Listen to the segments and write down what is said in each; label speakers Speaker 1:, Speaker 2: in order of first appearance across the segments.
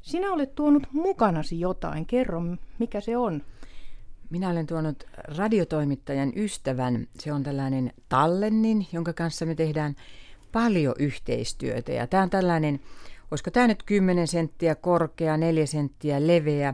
Speaker 1: Sinä olet tuonut mukanasi jotain. Kerro, mikä se on?
Speaker 2: Minä olen tuonut radiotoimittajan ystävän. Se on tällainen tallennin, jonka kanssa me tehdään paljon yhteistyötä. Ja tämä on tällainen, olisiko tämä nyt 10 senttiä korkea, 4 senttiä leveä.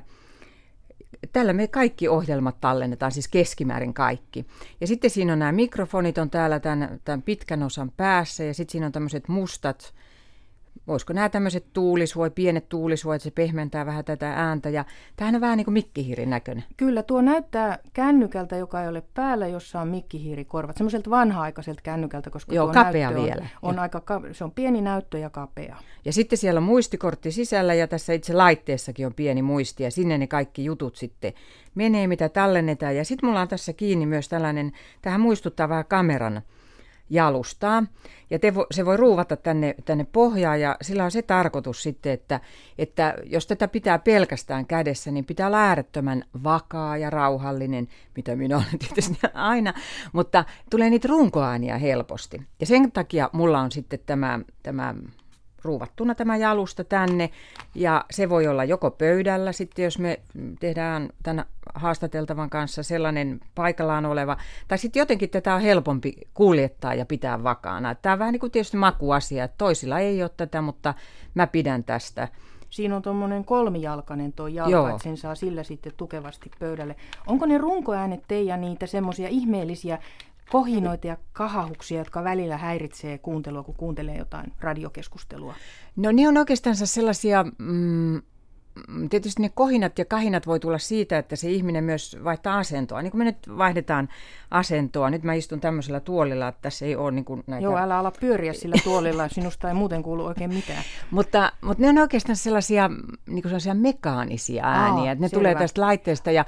Speaker 2: Tällä me kaikki ohjelmat tallennetaan, siis keskimäärin kaikki. Ja sitten siinä on nämä mikrofonit on täällä tämän pitkän osan päässä ja sitten siinä on tämmöiset mustat, voisiko nämä tämmöiset pienet tuulisuojat, se pehmentää vähän tätä ääntä ja tämähän on vähän niin kuin mikkihiirin näköinen.
Speaker 1: Kyllä, tuo näyttää kännykältä, joka ei ole päällä, jossa on mikkihiirikorvat. Semmoiselta vanha-aikaiselta kännykältä, koska
Speaker 2: joo,
Speaker 1: tuo
Speaker 2: kapea
Speaker 1: näyttö
Speaker 2: vielä.
Speaker 1: Se on pieni näyttö ja kapea.
Speaker 2: Ja sitten siellä on muistikortti sisällä ja tässä itse laitteessakin on pieni muisti ja sinne ne kaikki jutut sitten menee, mitä tallennetaan. Ja sitten mulla on tässä kiinni myös tällainen, tähän muistuttaa vähän kameran jalustaa. Ja se voi ruuvata tänne pohjaan ja sillä on se tarkoitus sitten, että jos tätä pitää pelkästään kädessä, niin pitää olla äärettömän vakaa ja rauhallinen, mitä minä olen tietysti aina, mutta tulee niitä runkoääniä helposti. Ja sen takia mulla on sitten tämä ruuvattuna tämä jalusta tänne ja se voi olla joko pöydällä sitten, jos me tehdään tämän haastateltavan kanssa sellainen paikallaan oleva, tai sitten jotenkin tätä on helpompi kuljettaa ja pitää vakaana. Tämä on vähän niin kuin tietysti makuasia, että toisilla ei ole tätä, mutta mä pidän tästä.
Speaker 1: Siinä on tuommoinen kolmijalkainen tuo jalka,
Speaker 2: Joo.
Speaker 1: että sen saa sillä sitten tukevasti pöydälle. Onko ne runkoäänet teidän niitä semmoisia ihmeellisiä kohinoita ja kahahuksia, jotka välillä häiritsee kuuntelua, kun kuuntelee jotain radiokeskustelua?
Speaker 2: No ne on oikeastaan sellaisia, tietysti ne kohinat ja kahinat voi tulla siitä, että se ihminen myös vaihtaa asentoa. Niin kuin me nyt vaihdetaan asentoa, nyt mä istun tämmöisellä tuolilla, että tässä ei ole niin kuin näitä...
Speaker 1: Joo, älä ala pyöriä sillä tuolilla, sinusta ei muuten kuulu oikein mitään.
Speaker 2: Mutta ne on oikeastaan sellaisia, niin kuin sellaisia mekaanisia ääniä, että ne
Speaker 1: selvä.
Speaker 2: tulee tästä laitteesta ja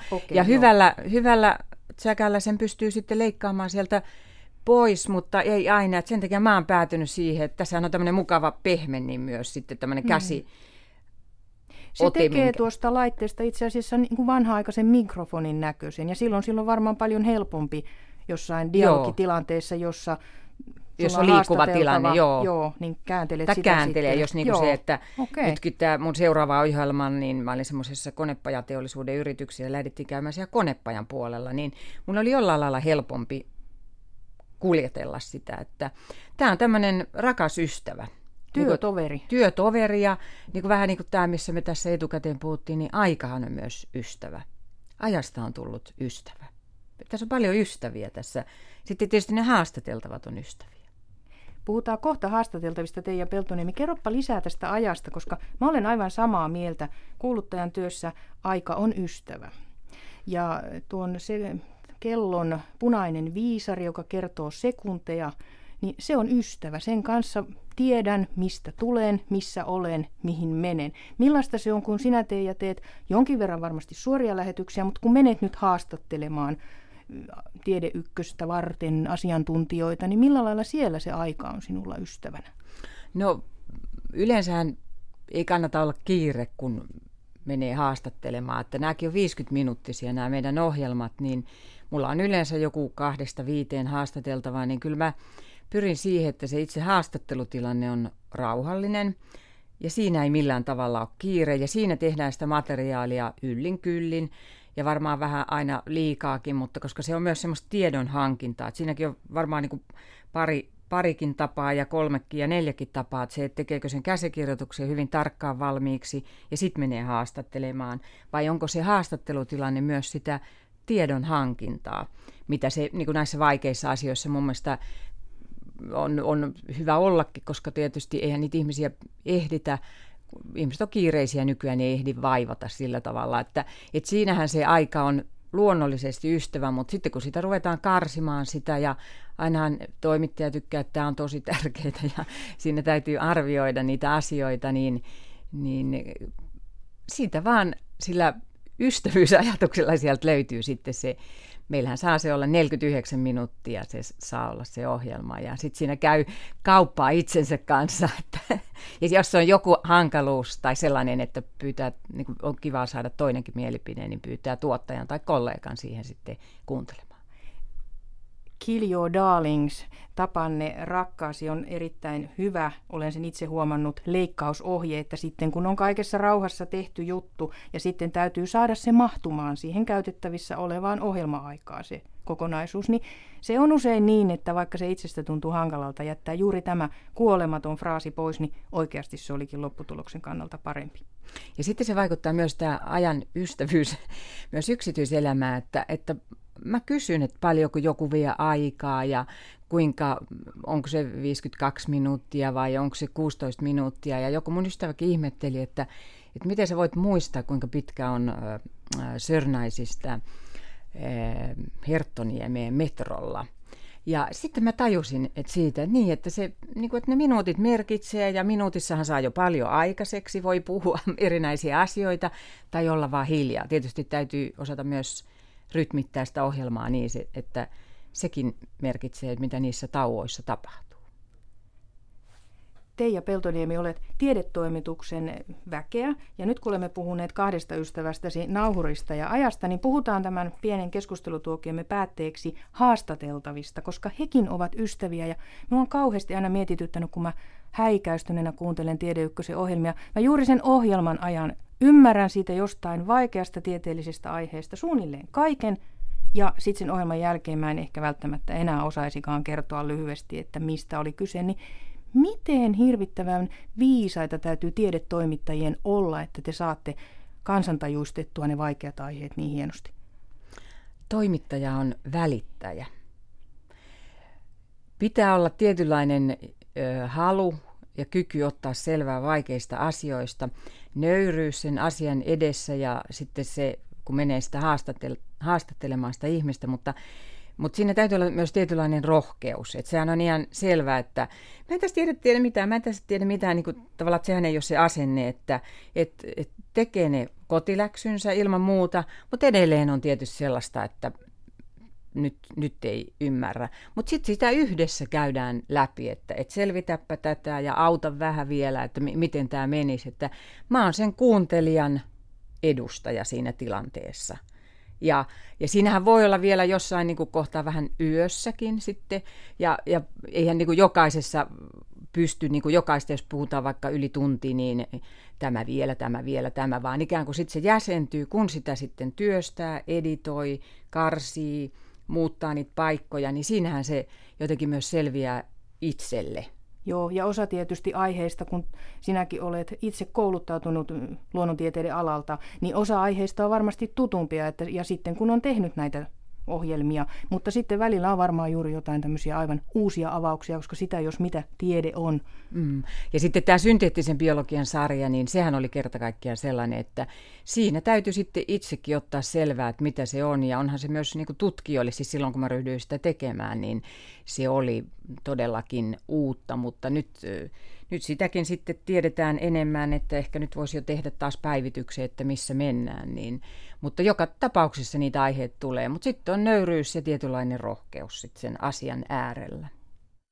Speaker 2: hyvällä tsäkällä sen pystyy sitten leikkaamaan sieltä pois, mutta ei aina. Et sen takia mä oon päätynyt siihen, että tässä on tämmöinen mukava pehmennin myös sitten tämmöinen käsi.
Speaker 1: Se tekee tuosta laitteesta itse asiassa niin kuin vanha-aikaisen mikrofonin näköisen ja silloin on varmaan paljon helpompi jossain dialogitilanteessa, jossa
Speaker 2: jos on liikkuva tilanne,
Speaker 1: joo, niin kääntelet
Speaker 2: tai
Speaker 1: sitä
Speaker 2: kääntelee,
Speaker 1: sitten.
Speaker 2: jos niinku se, että nytkin tämä mun seuraava ohjelma, niin mä olin semmoisessa konepajateollisuuden yrityksessä ja lähdettiin käymään siellä konepajan puolella, niin mun oli jollain lailla helpompi kuljetella sitä, että tämä on tämmöinen rakas ystävä. Työtoveri ja niin kuin vähän niin kuin tämä, missä me tässä etukäteen puhuttiin, niin aikahan on myös ystävä. Ajasta on tullut ystävä. Tässä on paljon ystäviä tässä. Sitten tietysti ne haastateltavat on ystäviä.
Speaker 1: Puhutaan kohta haastateltavista, Teija Peltoniemi. Kerropa lisää tästä ajasta, koska mä olen aivan samaa mieltä. Kuuluttajan työssä aika on ystävä. Ja se kellon punainen viisari, joka kertoo sekunteja, niin se on ystävä. Sen kanssa tiedän, mistä tulen, missä olen, mihin menen. Millaista se on, kun sinä, Teija, teet jonkin verran varmasti suoria lähetyksiä, mutta kun menet nyt haastattelemaan Tiede Ykköstä varten asiantuntijoita, niin millä lailla siellä se aika on sinulla ystävänä?
Speaker 2: No eensähän ei kannata olla kiire, kun menee haastattelemaan. Että nämäkin on 50-minuuttisia nämä meidän ohjelmat, niin mulla on yleensä joku 2-5 haastateltavaa, niin kyllä mä pyrin siihen, että se itse haastattelutilanne on rauhallinen ja siinä ei millään tavalla ole kiire ja siinä tehdään sitä materiaalia yllin kyllin ja varmaan vähän aina liikaakin, mutta koska se on myös semmoista tiedon hankintaa, että siinäkin on varmaan niin kuin parikin tapaa ja 3 ja 4 tapaa, että se, että tekeekö sen käsikirjoituksen hyvin tarkkaan valmiiksi ja sitten menee haastattelemaan vai onko se haastattelutilanne myös sitä tiedon hankintaa, mitä se niin kuin näissä vaikeissa asioissa mun mielestä on hyvä ollakin, koska tietysti eihän niitä ihmisiä ehditä, ihmiset on kiireisiä nykyään, ei ehdi vaivata sillä tavalla, että siinähän se aika on luonnollisesti ystävä, mutta sitten kun sitä ruvetaan karsimaan sitä ja ainahan toimittaja tykkää, että tämä on tosi tärkeää ja siinä täytyy arvioida niitä asioita, niin siitä vaan sillä ystävyysajatuksella sieltä löytyy sitten se. Meillähän saa se olla 49 minuuttia, se saa olla se ohjelma ja sitten siinä käy kauppaa itsensä kanssa. Ja jos on joku hankaluus tai sellainen, että pyytää, niin on kiva saada toinenkin mielipide, niin pyytää tuottajan tai kollegan siihen sitten kuuntelemaan.
Speaker 1: Kill Your Darlings, tapanne rakkaasi on erittäin hyvä, olen sen itse huomannut, leikkausohje, että sitten kun on kaikessa rauhassa tehty juttu ja sitten täytyy saada se mahtumaan siihen käytettävissä olevaan ohjelma-aikaan se kokonaisuus, niin se on usein niin, että vaikka se itsestä tuntuu hankalalta jättää juuri tämä kuolematon fraasi pois, niin oikeasti se olikin lopputuloksen kannalta parempi.
Speaker 2: Ja sitten se vaikuttaa myös tämä ajan ystävyys, myös yksityiselämään, että mä kysyn, että paljonko joku vie aikaa ja onko se 52 minuuttia vai onko se 16 minuuttia. Ja joku mun ystäväkin ihmetteli, että miten sä voit muistaa, kuinka pitkä on Sörnäisistä Herttoniemeen metrolla. Ja sitten mä tajusin, että että ne minuutit merkitsee ja minuutissahan saa jo paljon aikaiseksi, voi puhua erinäisiä asioita tai olla vaan hiljaa. Tietysti täytyy osata myös rytmittää sitä ohjelmaa niin, että sekin merkitsee, että mitä niissä tauoissa tapahtuu.
Speaker 1: Teija Peltoniemi, olet tiedetoimituksen väkeä, ja nyt kun olemme puhuneet kahdesta ystävästäsi, nauhurista ja ajasta, niin puhutaan tämän pienen keskustelutuokiomme päätteeksi haastateltavista, koska hekin ovat ystäviä, ja minua on kauheasti aina mietityttänyt, kun mä häikäistyneenä kuuntelen Tiede Ykkösen ohjelmia. Mä juuri sen ohjelman ajan ymmärrän siitä jostain vaikeasta tieteellisestä aiheesta suunnilleen kaiken, ja sitten sen ohjelman jälkeen mä en ehkä välttämättä enää osaisikaan kertoa lyhyesti, että mistä oli kyse, niin miten hirvittävän viisaita täytyy tiedetoimittajien olla, että te saatte kansantajuistettua ne vaikeat aiheet niin hienosti?
Speaker 2: Toimittaja on välittäjä. Pitää olla tietynlainen halu ja kyky ottaa selvää vaikeista asioista, nöyryys sen asian edessä ja sitten se, kun menee sitä haastattelemaan sitä ihmistä, mutta siinä täytyy olla myös tietynlainen rohkeus. Että sehän on ihan selvää, että mä en tästä tiedä mitään, niin kuin, tavallaan, että sehän ei ole se asenne, että tekee ne kotiläksynsä ilman muuta, mutta edelleen on tietysti sellaista, että nyt ei ymmärrä. Mutta sitten sitä yhdessä käydään läpi, että selvitäpä tätä ja auta vähän vielä, että miten tämä menisi. Että mä oon sen kuuntelijan edustaja siinä tilanteessa. Ja siinähän voi olla vielä jossain niin kuin kohtaa vähän yössäkin sitten, ja eihän niin kuin jokaisessa pysty, niin kuin jokaista, jos puhutaan vaikka yli tunti, niin tämä, vaan ikään kuin sitten se jäsentyy, kun sitä sitten työstää, editoi, karsii, muuttaa niitä paikkoja, niin siinähän se jotenkin myös selviää itselle.
Speaker 1: Joo, ja osa tietysti aiheista, kun sinäkin olet itse kouluttautunut luonnontieteiden alalta, niin osa aiheista on varmasti tutumpia, ja sitten kun on tehnyt näitä ohjelmia, mutta sitten välillä on varmaan juuri jotain tämmöisiä aivan uusia avauksia, koska sitä jos mitä tiede on.
Speaker 2: Ja sitten tämä synteettisen biologian sarja, niin sehän oli kerta kaikkiaan sellainen, että siinä täytyy sitten itsekin ottaa selvää, että mitä se on, ja onhan se myös niin kuin tutkijoille, siis silloin kun mä ryhdyin sitä tekemään, niin se oli todellakin uutta, mutta nyt sitäkin sitten tiedetään enemmän, että ehkä nyt voisi jo tehdä taas päivityksen, että missä mennään, mutta joka tapauksessa niitä aiheita tulee, mutta sitten on nöyryys ja tietynlainen rohkeus sitten sen asian äärellä.